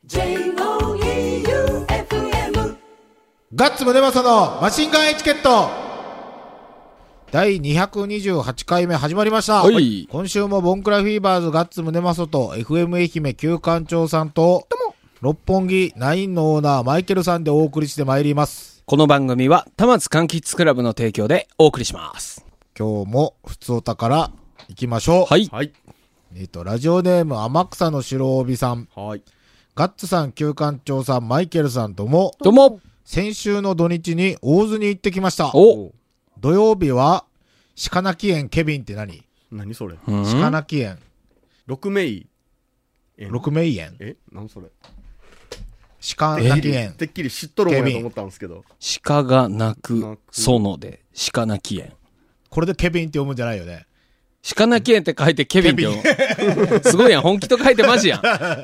J-O-E-U-F-M ガッツムネマソのマシンガンエチケット第228回目始まりました。 はい。 今週もボンクラフィーバーズガッツムネマソと FM 愛媛旧館長さんと六本木ナインのオーナーマイケルさんでお送りしてまいります。 この番組は田松柑橘クラブの提供でお送りします。 今日もふつおたから行きましょう。 はい。 はい。 ラジオネーム天草の白帯さん、 はい。 ガッツさん旧館長さんマイケルさんともどうも。 先週の土日に大津に行ってきました。 お。 土曜日は鹿鳴園ケビンって何それ？ 鹿鳴園六名園。 六名園何それ？ 鹿鳴園てっきり知っとるもんやと思ったんですけど。 鹿が鳴く園で鹿鳴園。 これでケビンって読むんじゃないよね。 鹿鳴園って書いてケビンって読む。すごいやん。本気と書いてマジやん。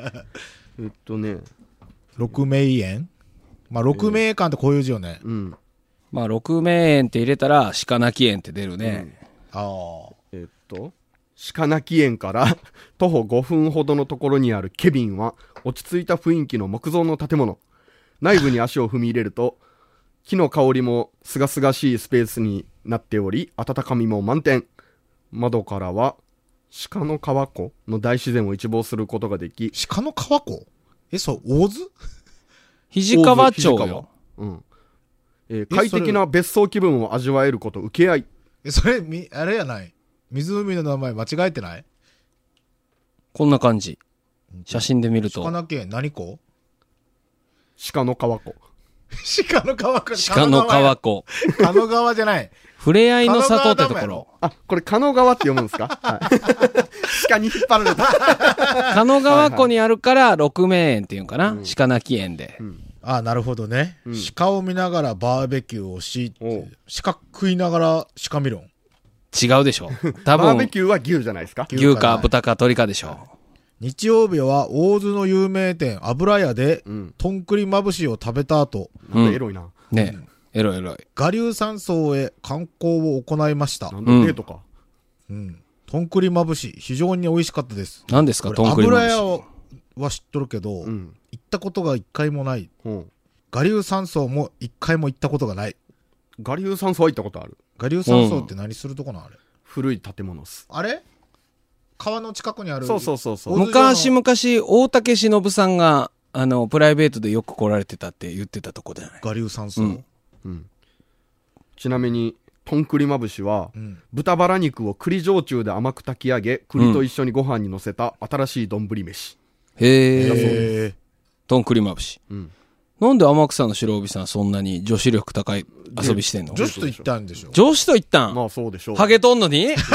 六名園、まあ六名館ってこういう字よね。 うん。 まあ六名園って入れたら鹿鳴園って出るね。 ああ。 鹿鳴園から徒歩5分ほどのところにあるケビンは落ち着いた雰囲気の木造の建物。内部に足を踏み入れると木の香りもすがすがしいスペースになっており、温かみも満点。窓からは鹿の川湖の大自然を一望することができ、 鹿の川湖？そう、大津？ 肱川町よ。 うん。快適な別荘気分を味わえること受け合い。 それ、あれやない？湖の名前間違えてない？ こんな感じ。写真で見ると。 鹿鳴園何湖？ 鹿の川湖。 鹿の川湖。 鹿の川湖。 鹿の川じゃない。 ふれあいの里ってところ。 あ、これ、鹿の川って読むんですか？はい。鹿に引っ張られた。 鹿の川湖にあるから六名園っていうんかな、鹿鳴園で。 ああ、なるほどね、鹿を見ながらバーベキューをし、鹿食いながら鹿見ろん。 違うでしょ。多分。 バーベキューは牛じゃないですか？ 牛か豚か鳥かでしょ。 日曜日は大津の有名店油屋で、とんくりまぶしを食べた後、 なんでエロいな。 ねえ、エロいエロい。 我流山荘へ観光を行いました。 なんでデートか。 とんくりまぶし、非常に美味しかったです。 何ですか、とんくりまぶし。 油屋は知っとるけど、行ったことが一回もない。我流山荘も一回も行ったことがない。 我流山荘は行ったことある。 我流山荘って何するとこなのあれ？ 古い建物っす。 あれ？川の近くにある。 そう。 昔、大竹しのぶさんが、プライベートでよく来られてたって言ってたとこじゃない？ 我流山荘。 ちなみに、とんくりまぶしは、豚バラ肉を栗焼酎で甘く炊き上げ、栗と一緒にご飯に乗せた新しい丼飯。 へえ。とんくりまぶし。なんで天草の白帯さんそんなに女子力高い遊びしてんの？ 女子と行ったんでしょ。 女子と行ったん？ まあそうでしょう。 ハゲとんのに？やめや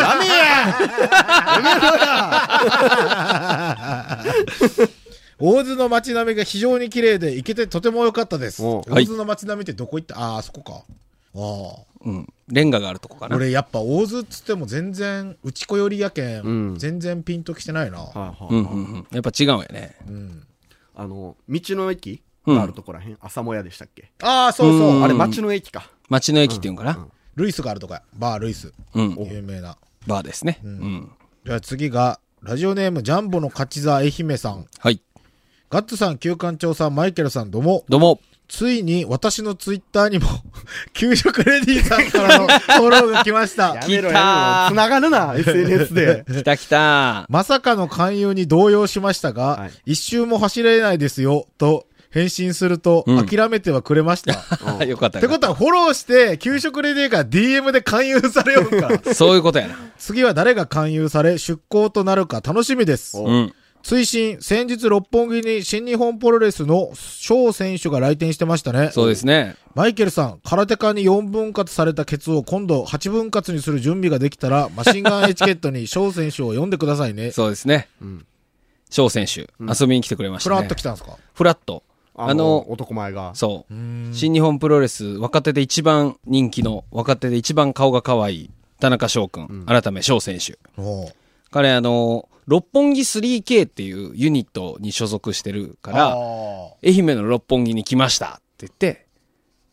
大津の街並みが非常に綺麗で行けてとても良かったです。大津の街並みってどこ行った？あそこか。 レンガがあるとこかな。 俺やっぱ大津っつっても全然内子寄りやけん、全然ピンときてないな。 やっぱ違うんやね。 道の駅があるとこらへん。朝もやでしたっけ？ ああ、そう。 あれ町の駅か。 町の駅っていうんかな。 ルイスがあるとか、バールイス。有名な。 バーですね。 じゃあ次が、ラジオネームジャンボの勝座愛媛さん。 はい。 ガッツさん、旧館長さん、マイケルさん、どうも。 どうも。 ついに私のツイッターにも給食レディーさんからのフォローが来ました。 やめろ。繋がるな、SNS で。 来た。 まさかの勧誘に動揺しましたが、一周も走れないですよ、と返信すると、諦めてはくれました。 よかった。 ってことはフォローして、給食レディーから DM で勧誘されようか。 そういうことやな。 次は誰が勧誘され、出向となるか楽しみです。追伸、先日六本木に新日本プロレスの翔選手が来店してましたね。 そうですね。 マイケルさん、空手家に4分割されたケツを今度8分割にする準備ができたら、マシンガンエチケットに翔選手を呼んでくださいね。 そうですね。翔選手、遊びに来てくれましたね。 フラッと来たんですか？ フラッと。 男前が。 そう。新日本プロレス、若手で一番人気の、若手で一番顔が可愛い、田中翔くん、改め翔選手。彼六本木 3K っていうユニットに所属してるから、愛媛の六本木に来ましたって言って、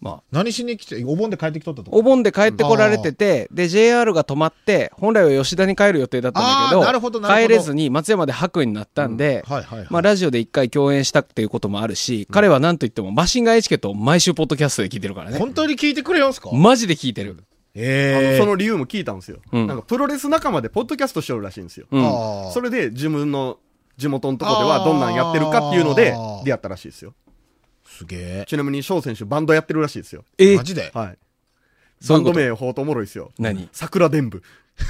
まあ、 何しに来て、お盆で帰ってきとったとか。 お盆で帰ってこられてて、で、JR が止まって、本来は吉田に帰る予定だったんだけど、 なるほどなるほど帰れずに松山で白衣になったんで、 はいはいはい。 まあ、ラジオで一回共演したっていうこともあるし、彼は何と言ってもマシンガンエチケットを毎週ポッドキャストで聞いてるからね。 本当に聞いてくれよんすか？ マジで聞いてる。 その理由も聞いたんですよ。 うんなんかプロレス仲間でポッドキャストしよるらしいんですよ。 うん。 あーそれで自分の地元のとこではどんなんやってるかっていうので出会ったらしいですよ。 すげえ。 ちなみに翔選手バンドやってるらしいですよ。 マジで？ はい。 そういうことバンド名ほうとおもろいですよ。 何桜伝部。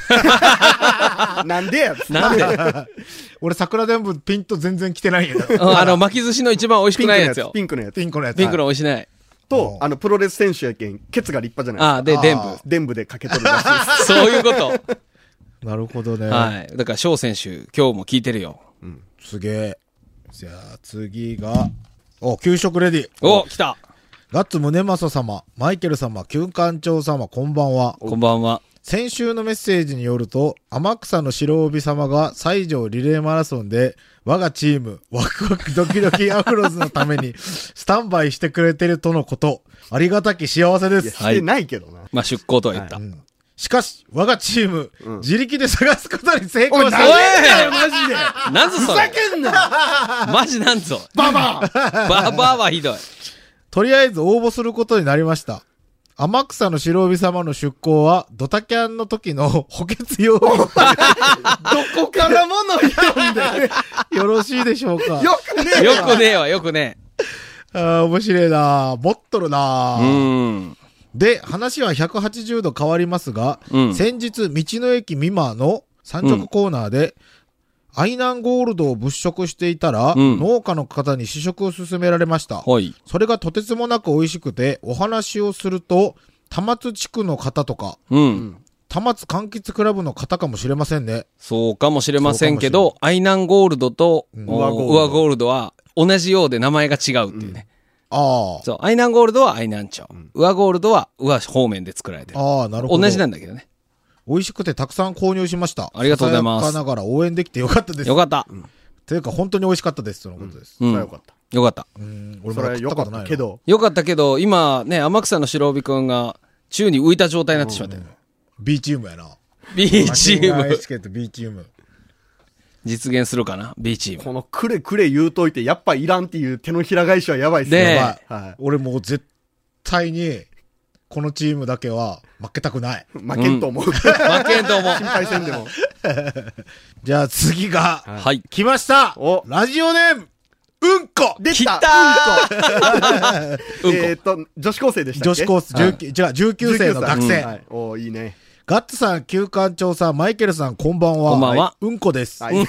なんでやつなんで俺桜伝部ピンと全然来てないんやけど。 巻き寿司の一番美味しくないやつよ。 ピンクのやつ。 ピンクのやつ。 ピンクの美味しない。 と、プロレス選手やけん、ケツが立派じゃないですか。 ああ、で、伝あ部。 伝部でかけとるらしいです。 そういうこと。 なるほどね。 はい。だから翔選手、今日も聞いてるよ。 すげえ。じゃあ次が、給食レディ。 お、来た。 ガッツ宗正様、マイケル様、旧館長様、こんばんは。 こんばんは。 先週のメッセージによると、天草の白帯様が西条リレーマラソンで、我がチーム、ワクワクドキドキアフロズのために、スタンバイしてくれてるとのこと。ありがたき幸せでいや、 す。 してないけどな。 まあ、出向とは言った。 しかし、我がチーム、 うん自力で探すことに成功した。 なんだよ、マジで。 なんぞそれ。 ふざけんなマジなんぞ。 ババアババアはひどい。 とりあえず応募することになりました。天草の白帯様の出向は、ドタキャンの時の補欠用どこからもの読んで。 よろしいでしょうか？ よくねえよくねえわ、よくね面白いなぁ。持っとるなえ。うぁ。 ん。 で、話は180度変わりますが、 うん先日、道の駅ミマの産直コーナーで、アイナンゴールドを物色していたら、 うん農家の方に試食を勧められました。 はい。 それがとてつもなく美味しくて、お話をすると、田松地区の方とか、 うん。 田松柑橘クラブの方かもしれませんね。 そうかもしれませんけど、アイナンゴールドと、 うんウアゴールドは同じようで名前が違うっていうね。 あそう、アイナンゴールドはアイナン町。ウアゴールドはウア方面で作られてる。 あ、なるほど。 同じなんだけどね。 美味しくてたくさん購入しました。 ありがとうございますささやかながら応援できてよかったです。 よかった。 というか本当に美味しかったですとのことです。 うん。 それはよかった。 よかった。 俺それはよかっまだ食ったことないなたけど。 よかったけど、今ね、天草の白帯くんが宙に浮いた状態になってしまってる。 B チームやな。 B チーム。 チケット B チーム。 実現するかな ?B チーム。 このくれくれ言うといて、やっぱいらんっていう手のひら返しはやばいっすよ。 ねえやばいは俺もう絶対に、このチームだけは負けたくない。 い。負けんと思う。 負けんと思う。 心配せんでも。 じゃあ次が、 はい。 来ましたおラジオネームうんこ出来たたうんこ。 女子高生でしたっけ女子コース、19歳の学生。 はい。おーいいね。 ガッツさん、旧館長さん、マイケルさん、こんばんは。 こんばんはうんこです。 はい。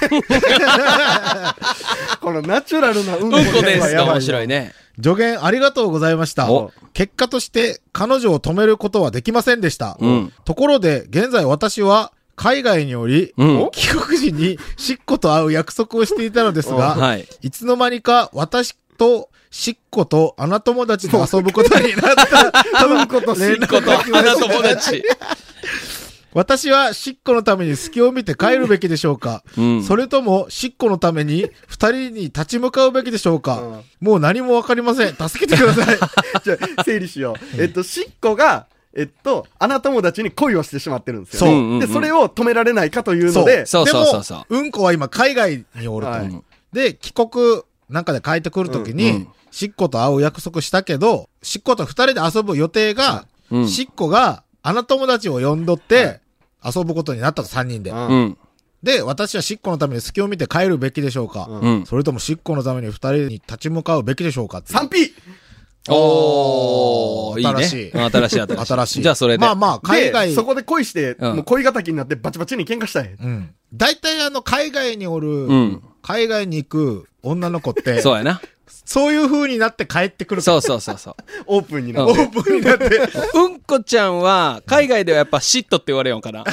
このナチュラルなうんこうんこですがやばい面白いね。 助言ありがとうございましたお。 結果として、彼女を止めることはできませんでした。 うんところで、現在私は、海外により、 うん帰国時に、しっこと会う約束をしていたのですが、 はい。 いつの間にか、私と、しっこと穴友達と遊ぶことになった。 うんこと連絡こと、花友達。 私はしっこのために隙を見て帰るべきでしょうか、 うんそれともしっこのために二人に立ち向かうべきでしょうか、もう何もわかりません。助けてください。 じゃあ整理しよう。しっこが、穴友達に恋をしてしまってるんですよ。 そううんうんで、それを止められないかというので、 そうそうそうそうでも、うんこは今海外におると。 はいで、帰国なんかで帰ってくるときに、 うんうんしっこと会う約束したけど、しっこと二人で遊ぶ予定が、 うんしっこが穴友達を呼んどって、遊ぶことになったと三人で。 うんうん。 で、私はしっこのために隙を見て帰るべきでしょうか、 うん。 それともしっこのために二人に立ち向かうべきでしょうかっていう 3P! おー、いいね。 新しい新しい、新しい。 新しい。 じゃあそれで。 まあまあ、海外。 で、そこで恋して、 うんもう恋敵になってバチバチに喧嘩したい。 うん。大体海外におる、 うん海外に行く女の子って、 そうやな。 そういう風になって帰ってくるそうそうそうそう。 オープンになオって。 ープンになって。 うんこちゃんは、海外ではやっぱシットって言われよんかな。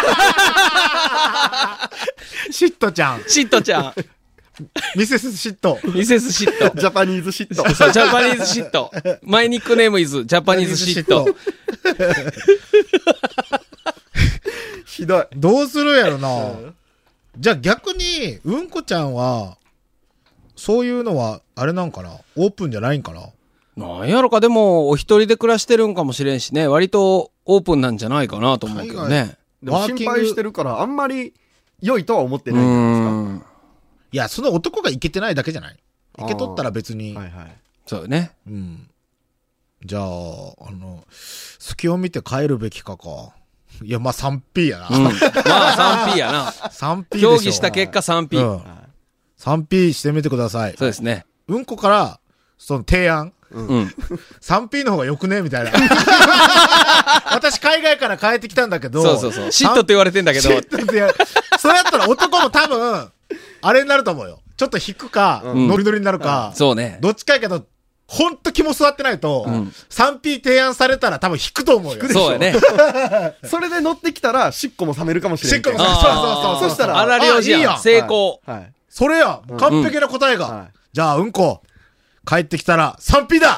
シットちゃん。 シットちゃん。 ミセスシット。 ミセスシット。 ジャパニーズシット。 そう、ジャパニーズシット。マイニックネームイズ、ジャパニーズシット。 ひどい。 どうするやろな。じゃあ逆に、うんこちゃんは、そういうのは、あれなんかなオープンじゃないんかななんやろか、でも、お一人で暮らしてるんかもしれんしね、割とオープンなんじゃないかなと思うけどね。 でも心配してるから、あんまり良いとは思ってないんじゃないですか。 いや、その男がイケてないだけじゃない？イケとったら別に。 はいはい。 そうよね。 うん。じゃあ、隙を見て帰るべきか。いや、まあ 3P やな。 まあ 3P やな。 3P でしょ。 協議した結果 3P。 うん。3P してみてください。 そうですね。 うんこから、その提案。 うん。 3P の方がよくねみたいな。私海外から帰ってきたんだけど。 そう。シットって言われてんだけど。 シットってそうやったら男も多分、あれになると思うよ。ちょっと引くか、ノリノリになるか。 そうね。 どっちかやけど、ほんと気も座ってないと、3P 提案されたら多分引くと思うよ。 そうやね。 それで乗ってきたら、しっこも冷めるかもしれない。 しっこもそう。 そしたら、 あらりょうじやん。 いいやん成功。 はい。 それや、完璧な答えが。 はいじゃあ、うんこ、帰ってきたら 3P だ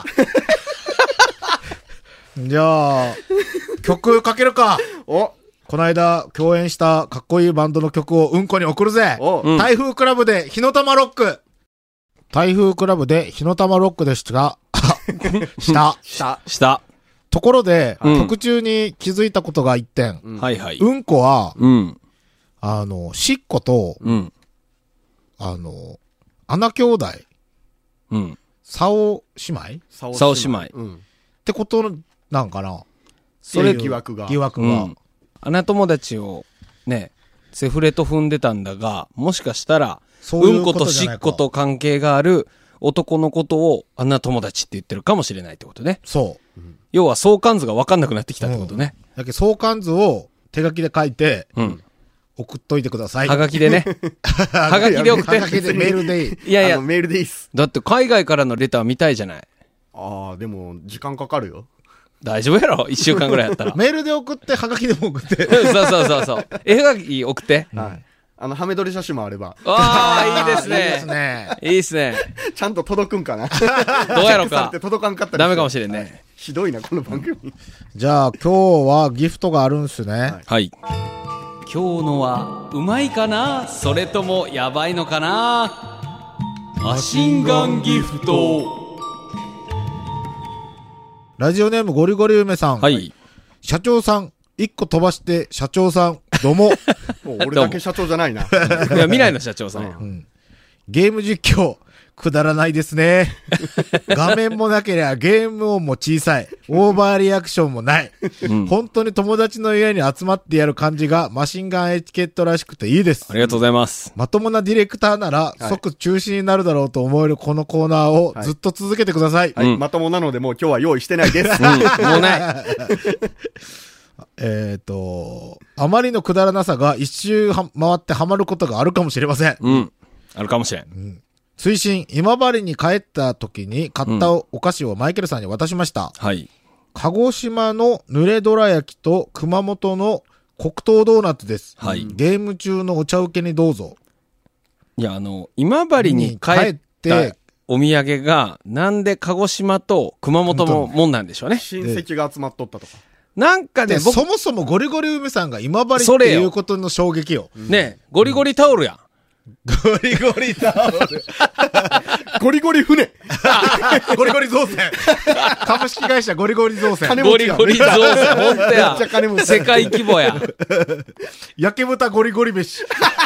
じゃあ、曲かけるか。 おこの間共演したかっこいいバンドの曲をうんこに送るぜ。 お台風クラブで火の玉ロック。台風クラブで火の玉ロックでしたが、 した。 ところで、 うん曲中に気づいたことが一点。 はいはい。 うんこは、 うん。 しっこと、 うん。 穴兄弟、 うん。 竿姉妹っ竿姉妹うん。 てことなんかなそれ疑惑が。 疑惑が。 うん。穴友達を、ね、セフレと踏んでたんだが、もしかしたら、 そういううんことことじゃないかしっこと関係がある男のことを穴友達って言ってるかもしれないってことね。 そう。 要は相関図が分かんなくなってきたってことね。 だけど相関図を手書きで書いて、 うん。 送っといてください。 はがきでね。はがきで送って。 はがきでメールでいい。 いやいや、 メールでいいっす。 だって海外からのレター見たいじゃない。 ああ、でも、時間かかるよ。 大丈夫やろ ?1 週間ぐらいやったら。 メールで送って、はがきでも送って。 そう。絵はがき送って。 はい。ハメ撮り写真もあれば、 ああ、いいですいいですね。 ね。 いいですね。 ちゃんと届くんかな。 どうやろうかチェックされて。届かんかったりダメかもしれんね。 ひどいな、この番組。 じゃあ今日はギフトがあるんすね。 はい。今日のはうまいかなそれともやばいのかなマシンガンギフト。 ラジオネームゴリゴリ梅さん。 はい。 社長さん、一個飛ばして社長さん、どうも。 もう俺だけ社長じゃないな。 いや、未来の社長さんや。 ゲーム実況、くだらないですね。画面もなければゲーム音も小さい。オーバーリアクションもない。 うん本当に友達の家に集まってやる感じがマシンガンエチケットらしくていいですあ。りがとうございます。 まともなディレクターなら即中止になるだろうと思えるこのコーナーをずっと続けてください。 はい、 うんまともなのでもう今日は用意してないです。 うん、もうない。 あまりのくだらなさが一周回ってハマることがあるかもしれません。 うん。あるかもしれん。 推進、今治に帰った時に買ったお菓子をマイケルさんに渡しました。 はい。 鹿児島の濡れどら焼きと熊本の黒糖ドーナツです。 はいゲーム中のお茶受けにどうぞ。 いや、今治に帰ったお土産が、なんで鹿児島と熊本ももんなんでしょうね。 親戚が集まっとったとか。 なんかね、 で、そもそもゴリゴリ梅さんが今治っていうことの衝撃よ。 ね、ゴリゴリタオルやん。 ゴリゴリタオル。 ゴリゴリ船。 ゴリゴリ造船。株式会社ゴリゴリ造船。 ゴリゴリ造船、ほんとやめっちゃ金持。ち世界規模や。 焼け豚ゴリゴリ飯。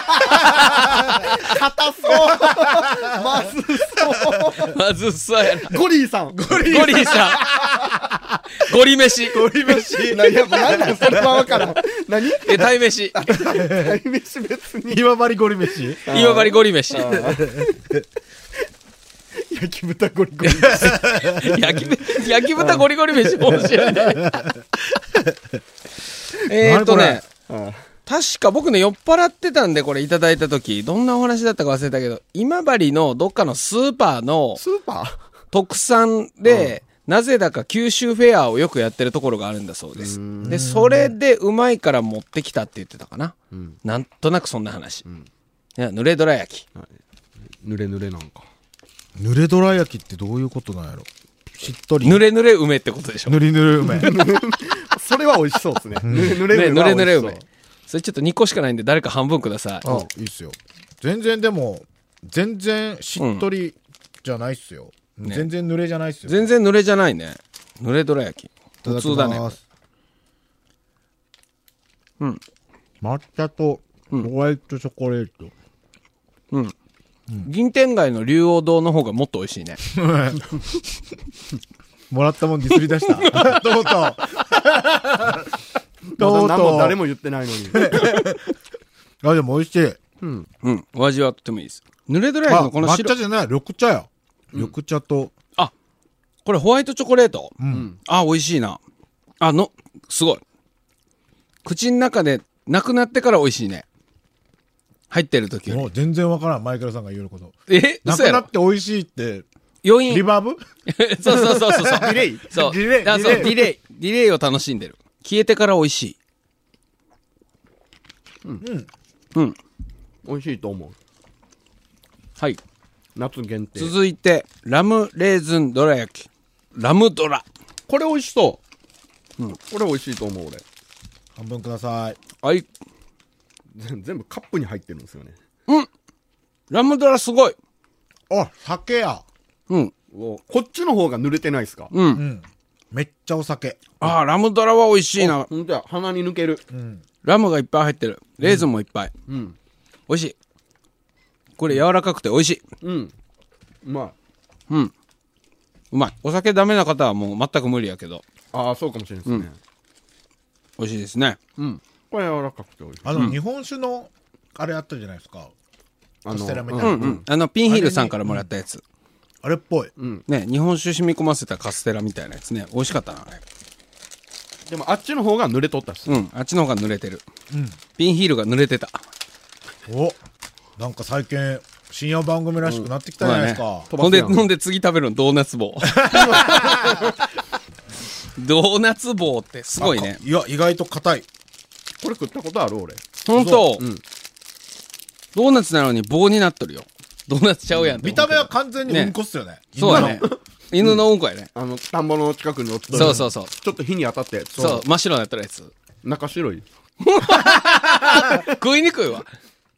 硬そう。まずそう。 まずそうやな。 ゴリーさん。 ゴリさん。ゴリ飯。 ゴリ飯。 いや、もうなんなんそれはわからん。何え、鯛飯。 鯛飯別に。 今治ゴリ飯。 今治ゴリ飯。 焼き豚ゴリゴリ。 焼き豚ゴリゴリ飯面白いね。 うん確か僕ね、酔っ払ってたんで、これいただいた時、どんなお話だったか忘れたけど、今治のどっかのスーパーのスーパー特産で、なぜだか九州フェアをよくやってるところがあるんだそうです。で、それでうまいから持ってきたって言ってたかな。なんとなくそんな話。いや、濡れどら焼き。 濡れ濡れなんか。 濡れどら焼きってどういうことなんやろ。しっとり。 濡れ濡れ梅ってことでしょ。 ぬりぬる梅。 それは美味しそうですね。濡れね、 濡れ梅は美味しそう。 濡れ濡れ梅。それちょっと2個しかないんで、誰か半分ください。 あ、いいっすよ。全然でも、全然しっとりじゃないっすよ。 ね全然濡れじゃないっすよ。 全然濡れじゃないね。濡れどら焼き。 いただき普通だね。 ます。 うん。 抹茶とホワイトチョコレート。 銀天街の竜王堂の方がもっと美味しいね。 もらったもんディスり出した。とうとう。とう何とう。 も誰も言ってないのに。 あ、でも美味しい。 うん。お味はとてもいいです。濡れどら焼きあ、抹のこの白茶じゃない、緑茶や。緑茶と、 これホワイトチョコレート。 うん。 あ、美味しいな。すごい。口の中でなくなってから美味しいね。入ってる時より。 もう全然わからん、マイケルさんが言うこと。な嘘やろくなって美味しいって、 余韻。 リバーブそう。ディレイそう。 ディレイそう、ディレイを楽しんでる。消えてから美味しい。 美味しいと思う。 はい。 夏限定。 続いて、ラムレーズンどら焼き。ラムドラ。 これ美味しそう。これ美味しいと思う、俺。 半分ください。 はい。 全部カップに入ってるんですよね。 ラムドラすごい。 あ、酒や。 うん。 こっちの方が濡れてないですか？ うん。めっちゃお酒。 ああ、ラムドラは美味しいな。 ほんとや、鼻に抜ける。 ラムがいっぱい入ってる。レーズンもいっぱい。 うん。 美味しい。これ柔らかくて美味しい。 うん。うまい。 うまい。お酒ダメな方はもう全く無理やけど、 ああ、そうかもしれないですね。 美味しいですね。 うん。これ柔らかくて美味しい。 日本酒の、あれあったじゃないですか。カステラみたいな。 ピンヒールさんからもらったやつ。 あれっぽい。 ね、日本酒染み込ませたカステラみたいなやつね。美味しかったな、あれ。 でもあっちの方が濡れとったっす。 あっちの方が濡れてる。ピンヒールが濡れてた。 お、なんか最近、深夜番組らしくなってきたじゃないですか。 飛ばすやんほんで次食べるのドーナツ棒。ドーナツ棒ってすごいね。 いや、意外と硬い。 これ食ったことある俺。 ほんと、 うん。 ドーナツなのに棒になっとるよ。ドーナツちゃうやんって見た思うけど。 目は完全にうんこっすよね。 そうだね。犬のうんこやね。 田んぼの近くに落ちてる。 そう。 ちょっと火に当たって。 そう、真っ白になったやつ。 中白い。 食いにくいわ。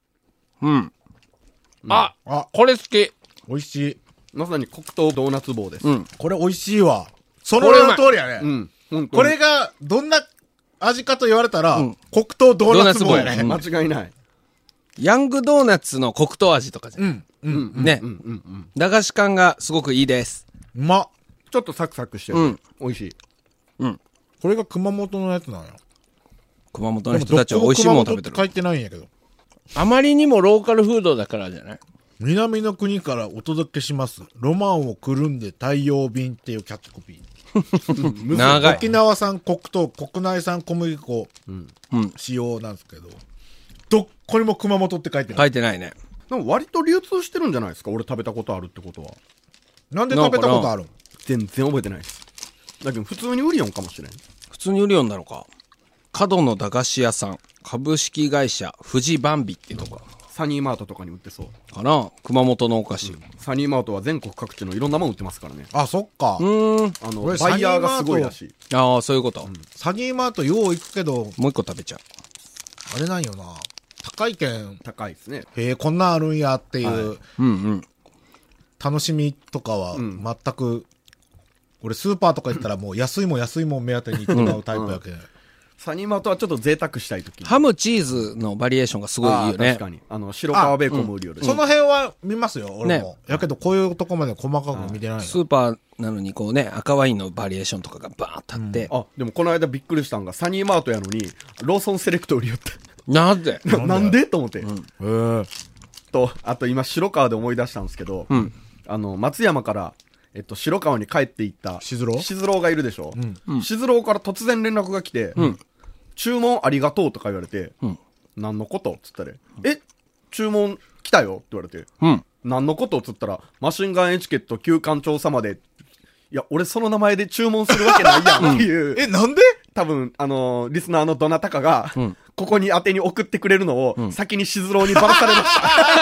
あ、 あ、 これ好き。 美味しい。 まさに黒糖ドーナツ棒です。 これ美味しいわ。その名の通りやね。 うん。本当にこれが、どんな味かと言われたら、黒糖ドーナツ棒やね。 ドーナツ棒間違いない。 ヤングドーナツの黒糖味とかじゃん。ね。駄菓子感がすごくいいです。 うまっ。 ちょっとサクサクしてる。美味しい。 これが熊本のやつなんや。 熊本の人たちは美味しいものを食べてる。 書いてないんやけど。 あまりにもローカルフードだからじゃない？ 南の国からお届けします。ロマンをくるんで太陽便っていうキャッチコピー。 長い。 沖縄産黒糖、国内産小麦粉、使用なんですけど、どっこにも熊本って書いてない。 書いてないね。 でも割と流通してるんじゃないですか、俺食べたことあるってことは。 なんで食べたことあるん？ 全然覚えてないです。だけど普通にウリオンかもしれん。 普通に売るようになのか。角の駄菓子屋さん、株式会社富士バンビっていうとこサニーマートとかに売ってそう。 かな。熊本のお菓子。 サニーマートは全国各地のいろんなもん売ってますからね。 あ、そっか。俺バイヤーがすごいらしい。 ああ、そういうこと。 サニーマートよう行くけど、 もう一個食べちゃう。 あれなんよな。高いけん、 高いですね。 へえ、こんなんあるんやっていううん。 楽しみとかは全く、俺スーパーとか行ったらもう安いもん目当てに行ってまうタイプやけん。 サニーマートはちょっと贅沢したいときに。 ハムチーズのバリエーションがすごいいいよね。 確かに。白皮ベーコンも売るより。 その辺は見ますよ、俺も。 ねやけどこういうとこまで細かく見てないよ。 スーパーなのにこうね、赤ワインのバリエーションとかがバーッとあって。 あ、でもこの間びっくりしたんが、サニーマートやのに、ローソンセレクト売りよって。 なんでなんでと思って。 へえ。 あと今、白川で思い出したんですけど、松山から、白川に帰っていった、 しずろうしずろうがいるでしょ。しずろうから突然連絡が来て、注文ありがとうとか言われて、何のことっつったら、注文来たよって言われて、何のことっつったら、マシンガンエチケット旧館長様で、いや、俺その名前で注文するわけないやんっていう。 なんで？ 多分、リスナーのどなたかが、ここに宛てに送ってくれるのを、先にしずろうにばらされま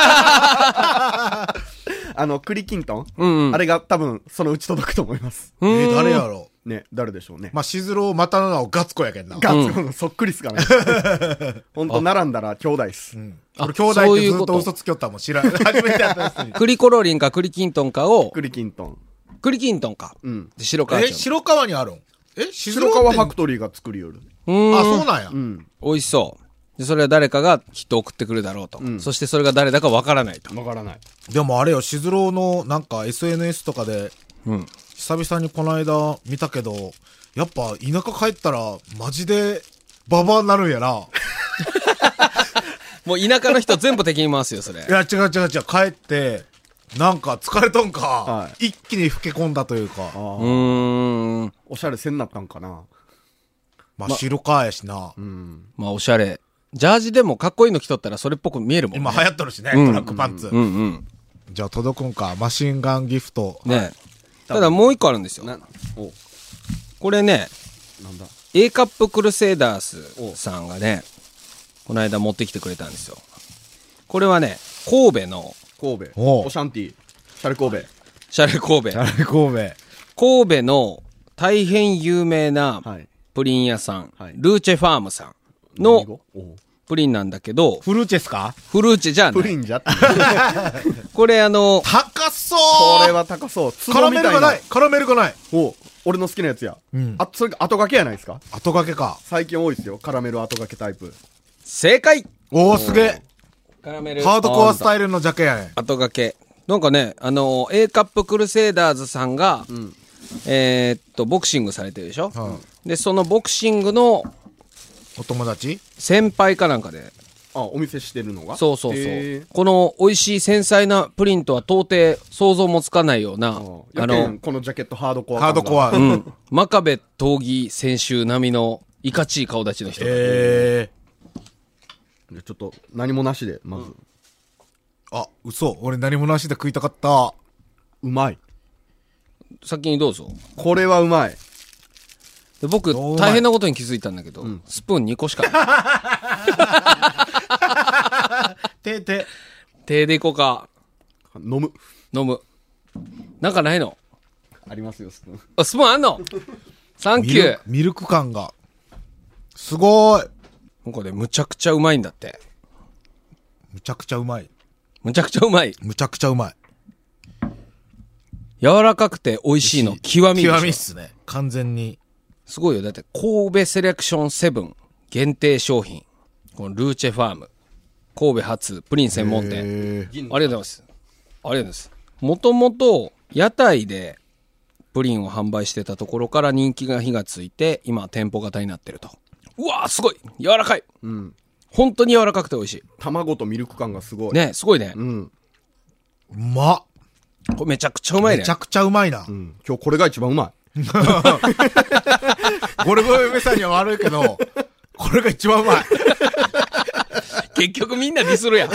した。栗きんとん、あれが多分、そのうち届くと思います。 誰やろね、誰でしょうね。 まあ、しずろうまたの名をガツコやけんな。 ガッツ、そっくりっすからね。ほんと、並んだら兄弟っす。 俺兄弟ってずっと嘘つきよったもん知らん。初めてやったやつに。 栗コロリンか栗きんとんかを、 栗きんとん。 栗きんとんか。 うん。 で白川町。 白川にあるん白川ファクトリーが作るよる。 あ、そうなんや。 うん。 美味しそう。で、それは誰かがきっと送ってくるだろうと。そしてそれが誰だかわからないと。 わからない。 でもあれよ、しずろうのなんか SNS とかで、 うん。 久々にこの間見たけど、やっぱ田舎帰ったらマジでババアになるんやな。 もう田舎の人全部敵に回すよ、それ。 いや、違う。帰って、なんか疲れとんか、 は一気に老け込んだというか。 おしゃれせんなったんかな。 まあ、白川やしな。 うん。 まあ、おしゃれ。ジャージでもかっこいいの着とったらそれっぽく見えるもんね。 今流行っとるしね、トラックパンツ。 うんうん。 じゃあ届くんか、マシンガンギフト。 ねただもう一個あるんですよ。 お、 これね、 なんだ。 A カップクルセイダースさんがね、この間持ってきてくれたんですよ。これはね、神戸の、 神戸。 おオシャンティ。シャレ神戸。 シャレ神戸。 あれ、神戸。 神戸の大変有名なはい。 プリン屋さん、 はいルーチェファームさんの何語おプリンなんだけど、 フルーチェスかフルーチェじゃない。 プリンじゃって。 これ高そうこれは高そう。 カラメルがない。カラメルがない。 お、俺の好きなやつや。 うんあ、それが後掛けやないですか。 後掛けか。 最近多いですよ。カラメル後掛けタイプ。 正解おー、すげえ。 カラメル。 ハードコアスタイルのジャケやねん。 後掛け。なんかね、A カップクルセイダーズさんが、ボクシングされてるでしょ、で、そのボクシングのお友達先輩かなんかで、 あ、お店してるのがそうそうそう。 へーこの美味しい繊細なプリンとは到底想像もつかないような、 やけんこのジャケットハードコア感が。 ハードコア。 真壁闘技選手並みのいかちい顔立ちの人が、 でちょっと何もなしで、まず。 あ、嘘。俺何もなしで食いたかった。 うまい。 先にどうぞ。 これはうまい。 で僕、 どうまい大変なことに気づいたんだけど、スプーン2個しかない。 手。 手でいこうか。 飲む。 飲む。なんかないの？ ありますよ、スプーン。 あ、スプーンあんの？サンキュー。 ミルク感が。すごーい。 なんかね、むちゃくちゃうまいんだって。 むちゃくちゃうまい。 むちゃくちゃうまい。 むちゃくちゃうまい。 柔らかくて美味しいの極みでしょ。 極みっすね。完全に。 すごいよ。だって、神戸セレクション7限定商品。このルーチェファーム。神戸発プリン専門店。ありがとうございます。ありがとうございます。もともと、屋台でプリンを販売してたところから人気が火がついて、今店舗型になってると。うわーすごい柔らかい。 うん。 本当に柔らかくて美味しい。 卵とミルク感がすごい。。 ね、すごいね。 うん。 うまっ。 これめちゃくちゃうまいねめち。ゃくちゃうまいなう。ん。今日これが一番うまい。 ゴルゴ嫁さんには悪いけど、これが一番うまい。 結局みんなディスるやん。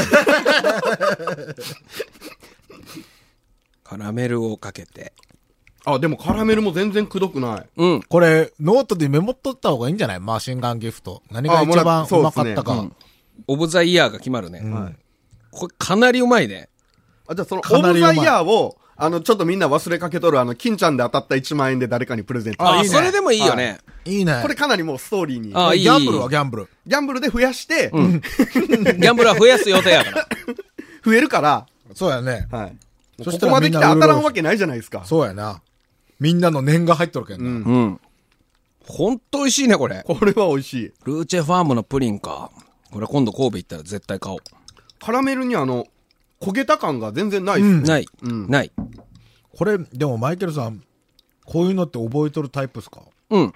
カラメルをかけて。 あ、でもカラメルも全然くどくない。 うん。 これ、ノートでメモっとった方がいいんじゃないマシンガンギフト。何が一番うまかったか。 オブザイヤーが決まるね。 はい。 これかなりうまいね。 あ、じゃあそのかなりうまいオブザイヤーを、ちょっとみんな忘れかけとる金ちゃんで当たった1万円で誰かにプレゼント。 あ、 いいねそれでもいいよね。 いいね。 これかなりもうストーリーに。 あいいギャンブルはギャンブル。 ギャンブルで増やして、 ギャンブルは増やす予定やから。 増えるから、 そうやね。 はい。 そしたらここまで来てみんな当たらんわけないじゃないですか。 そうやな。みんなの念が入っとるけんな。 うんうん。ほんと美味しいね、これ。 これは美味しい。 ルーチェファームのプリンか。これ今度神戸行ったら絶対買おう。 カラメルに焦げた感が全然ないですね。 ない。 うんない。 これ、でもマイケルさん、こういうのって覚えとるタイプっすかうん。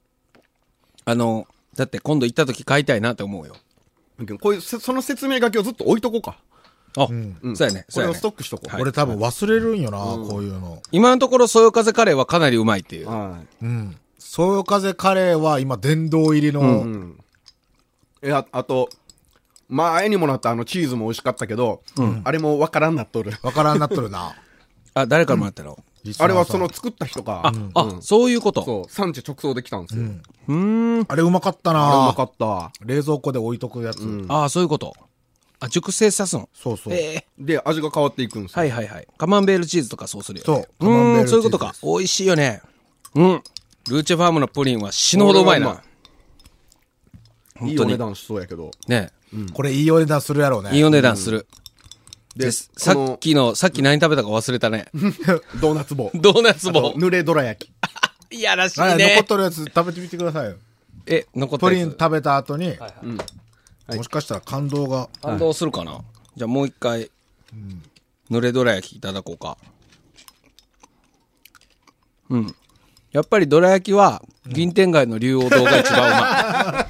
だって今度行った時買いたいなって思うよ。 こういう、その説明書きをずっと置いとこうか。 あ、 うんそうやね。そうやねこれをス。トックしとこう。 俺多分忘れるんよな、こういうの。 今のところ、そよ風カレーはかなりうまいっていう。 はい。 うん。そよ風カレーは今殿堂入りの、 うん。あと、前にもらったチーズも美味しかったけど、あれもわからんなっとる。 わからんなっとるな。 あ、誰からもらったの？ あれはその作った人が、 そういうこと。 そう、産地直送できたんですよ。 あれうまかったあれうなまかった。 冷蔵庫で置いとくやつ。 ああ、そういうこと。あ、熟成さすの。 そうそう。 で、味が変わっていくんですよ。 はいはいはい。カマンベールチーズとかそうするよね。 そうカマンベールチーズそういうことか。美味しいよね。うん。ルーチェファームのプリンは死ぬほどうまいな。 これはうまいいいお値段しそうやけど。 ねこれいいお値段するやろうね。 いいお値段する。 で、 さっき何食べたか忘れたね。 ドーナツ棒。 ドーナツ棒。 濡れどら焼き。 いやらしいはい、残ねっ。とるやつ食べてみてくださいよ。 残ったやつ。 プリン食べた後に、 はいもしかしたら感動が。 感動するかな。じゃあもう一回、濡れどら焼きいただこうか。うん。やっぱりどら焼きは、銀天街の竜王堂が一番うま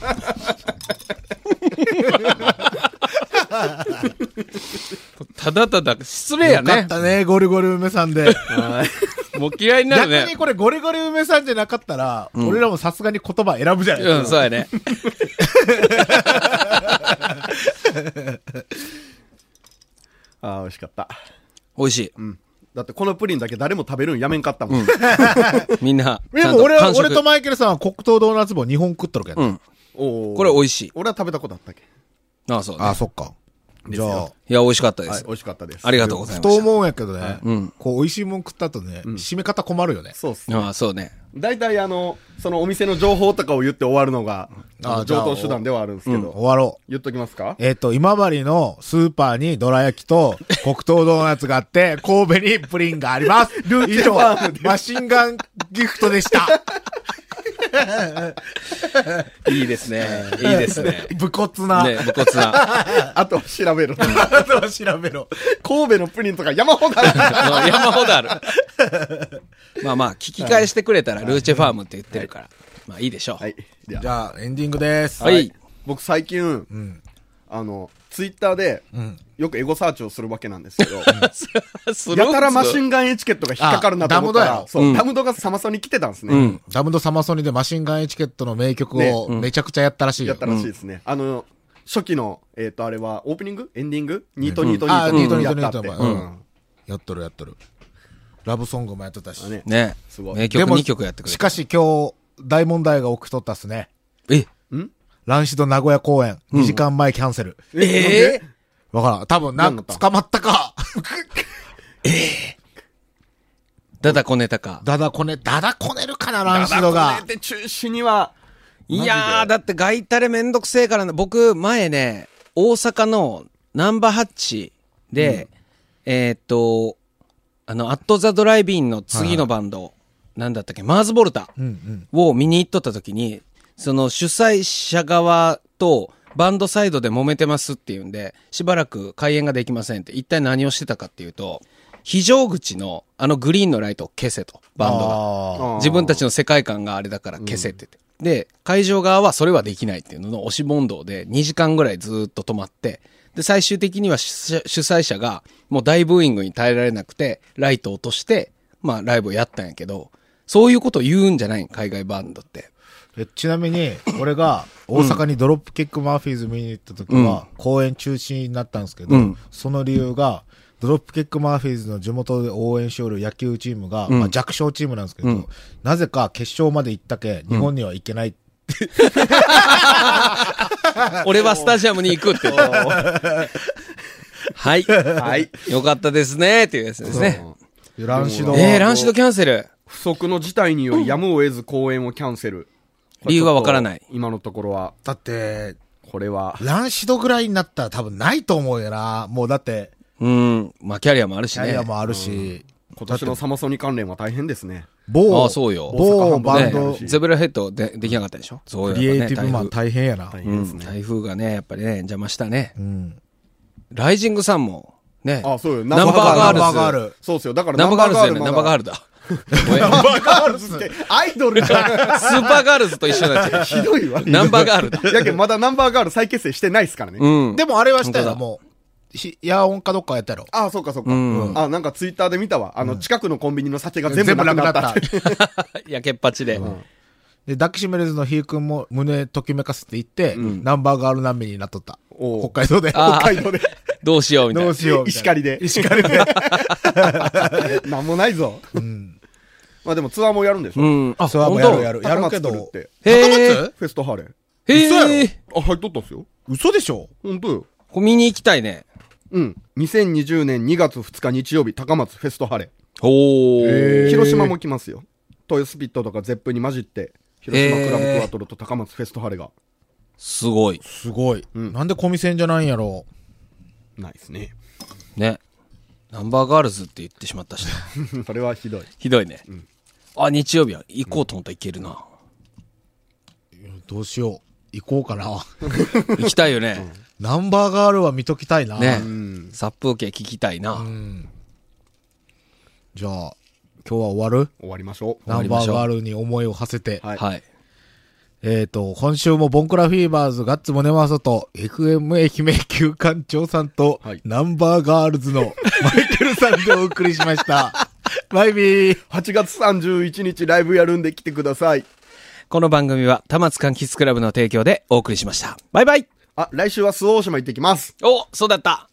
い。ただただ失礼やよかねっ。たね、ゴリゴリ梅さんで。 もう嫌いになるね。 逆にこれゴリゴリ梅さんじゃなかったら、俺らもさすがに言葉選ぶじゃないですか。 うん、そうやね。 ああ、美味しかった。 美味しい。 うん。だってこのプリンだけ誰も食べるんやめんかったもん。 みんな。 でも俺ちゃんと完食とマイケルさんは黒糖ドーナツ棒2本食っとるけど。 うん。 おーこれ美味しい。 俺は食べたことあったっけ。 ああ、そうね。 あ、そっか。じゃあ、 いや、美味しかったではい、 す。 美味しかったです。 ありがとうございふました。 と思うんやけどね、 うん。 こう、美味しいもん食った後ね、締め方困るよね。 そうっすね。 ああ、そうね。 大体そのお店の情報とかを言って終わるのが、 じゃあ上等手段ではあるんですけど。 終わろう。 言っときますか。 今治のスーパーにどら焼きと黒糖ドーナツがあって、神戸にプリンがあります。以上、マシンガンギフトでした。 いいですね。いいですね。 武骨な。 ね、武骨な。 あとは調べろ。 あとは調べろ。 神戸のプリンとか山ほどある。 山ほどある。まあまあ、聞き返してくれたら、ルーチェファームって言ってるから。まあいいでしょう。 はい。ではじゃあ、エンディングです。 はい。 僕最近、 うん。 ツイッターで、 うん。 よくエゴサーチをするわけなんですけど、 スルーやたらマシンガンエチケットが引っかかるなと思ったら、 あダムドやそう、 うんダムドがサマソニ来てたんですね。 うん。 ダムドサマソニでマシンガンエチケットの名曲をめちゃくちゃやったらしいよ。 やったらしいですね。初期の、あれは、オープニングエンディングニートニートニあートニートニートやったって。 ニートやっとるやっとる。ラブソングもやってたし。 ねね。 すごい名曲2曲やってくれた。 しかし今日、大問題が起きとったっすね。 えランシド名古屋公演、2時間前キャンセル。 えわからん。多分なんか捕まったか。 ダダこねたか。 ダダこねるかな、ランシドが。 で中止には、 いやー、だってガイタレめんどくせえからな。僕、前ね、大阪のナンバーハッチで、アットザドライビンの次のバンド、なんだったっけ、マーズボルタうんを見に行っとった時に、その主催者側とバンドサイドで揉めてますっていうんで、しばらく開演ができませんって、一体何をしてたかっていうと、非常口のグリーンのライトを消せと、バンドが。 が。 自分たちの世界観があれだから消せって言って。で、会場側はそれはできないっていうのの押し問答で2時間ぐらいずーっと止まって、で、最終的には主催者がもう大ブーイングに耐えられなくて、ライトを落として、まあライブをやったんやけど、そういうことを言うんじゃない海外バンドって。 ちなみに、俺が大阪にドロップキックマーフィーズ見に行った時は、公演中止になったんですけど、 うんその理由が、ドロップキックマーフィーズの地元で応援しおる野球チームが、まあ、弱小チームなんですけど、 うんなぜか決勝まで行ったけ、日本には行けない。 俺はスタジアムに行くって言った。はい。 はい。 よかったですねっていうやつですね。 ランシドは、 ランシドキャンセル。 不測の事態によりやむを得ず公演をキャンセル。 理由はわからない今のところは、 だって、 これは、 ランシドぐらいになったら多分ないと思うよな。もうだって、 まあキャリアもあるしね。 キャリアもあるし、 今年のサマソニ関連は大変ですね。 某、 ああ、そうよ。 某バンねド、 ゼブラヘッドできなかったでしょ。そうクリエイティブマン台大変やな。 風。 大変ですね。 台風がね、やっぱりね、邪魔したね。 うん。 ライジングさんも、ね。 あ、そうよ。 ナンバーガールズナンバーガール。 そうっすよ。だからナンバーガールズだよね。ナンバーガール。 ルだ。 ナンバーガールズって、アイドルじゃん。 スーパーガールズと一緒になっちゃう。 ひどいわ。 ナンバーガールだ。 やけんまだナンバーガール再結成してないっすからね。 うん。 でもあれはしたよ、 本当だもう。ヤーオンかどっかやったやろ。 あ、そうかそうか。 うんあ、なんかツイッターで見たわ。近くのコンビニの酒が全部なくなった。 やけっぱちで。 で、抱きしめれずのひーくんも胸ときめかすって言って、ナンバーガール難民になっとった。 おう北海道で。 あ北海道で。 どうしようみたいな。 どうしようみたいな。 石狩で。 石狩で。 なんもないぞ。まあでもツアーもやるんでしょ。 うん。あ、 ツアーも本当やるやる。やるけど。 高松来るって。 へー高松フェストハレー。 へえ。 あ、入っとったっすよ。 嘘でしょほんとよ。 これ見に行きたいね。 うん。2020年2月2日日曜日、高松フェストハレおへー広島も来ますよ。トヨスピットとかゼップに混じって、広島クラブクワトロと高松フェストハレが。 すごい。 すごい。 うんなんでコミセンじゃないんやろないですね。 ね。ナンバーガールズって言ってしまったしな。 それはひどい。 ひどいね。あ、日曜日は行こうと思ったらいけるな。 どうしよう。行こうかな。 行きたいよね。 ナンバーガールは見ときたいな。 ね。殺風景聞きたいな。 じゃあ、今日は終わる？ 終わりましょう。 ナンバーガールに思いを馳せて。 はい。 今週もボンクラフィーバーズガッツムネマソと FM 愛媛旧館長さんと、ナンバーガールズのマイケルさんでお送りしました。バイビー。 8月31日ライブやるんで来てください。 この番組は、田松柑橘クラブの提供でお送りしました。バイバイ。 来週は周防大島行ってきます。 お、そうだった。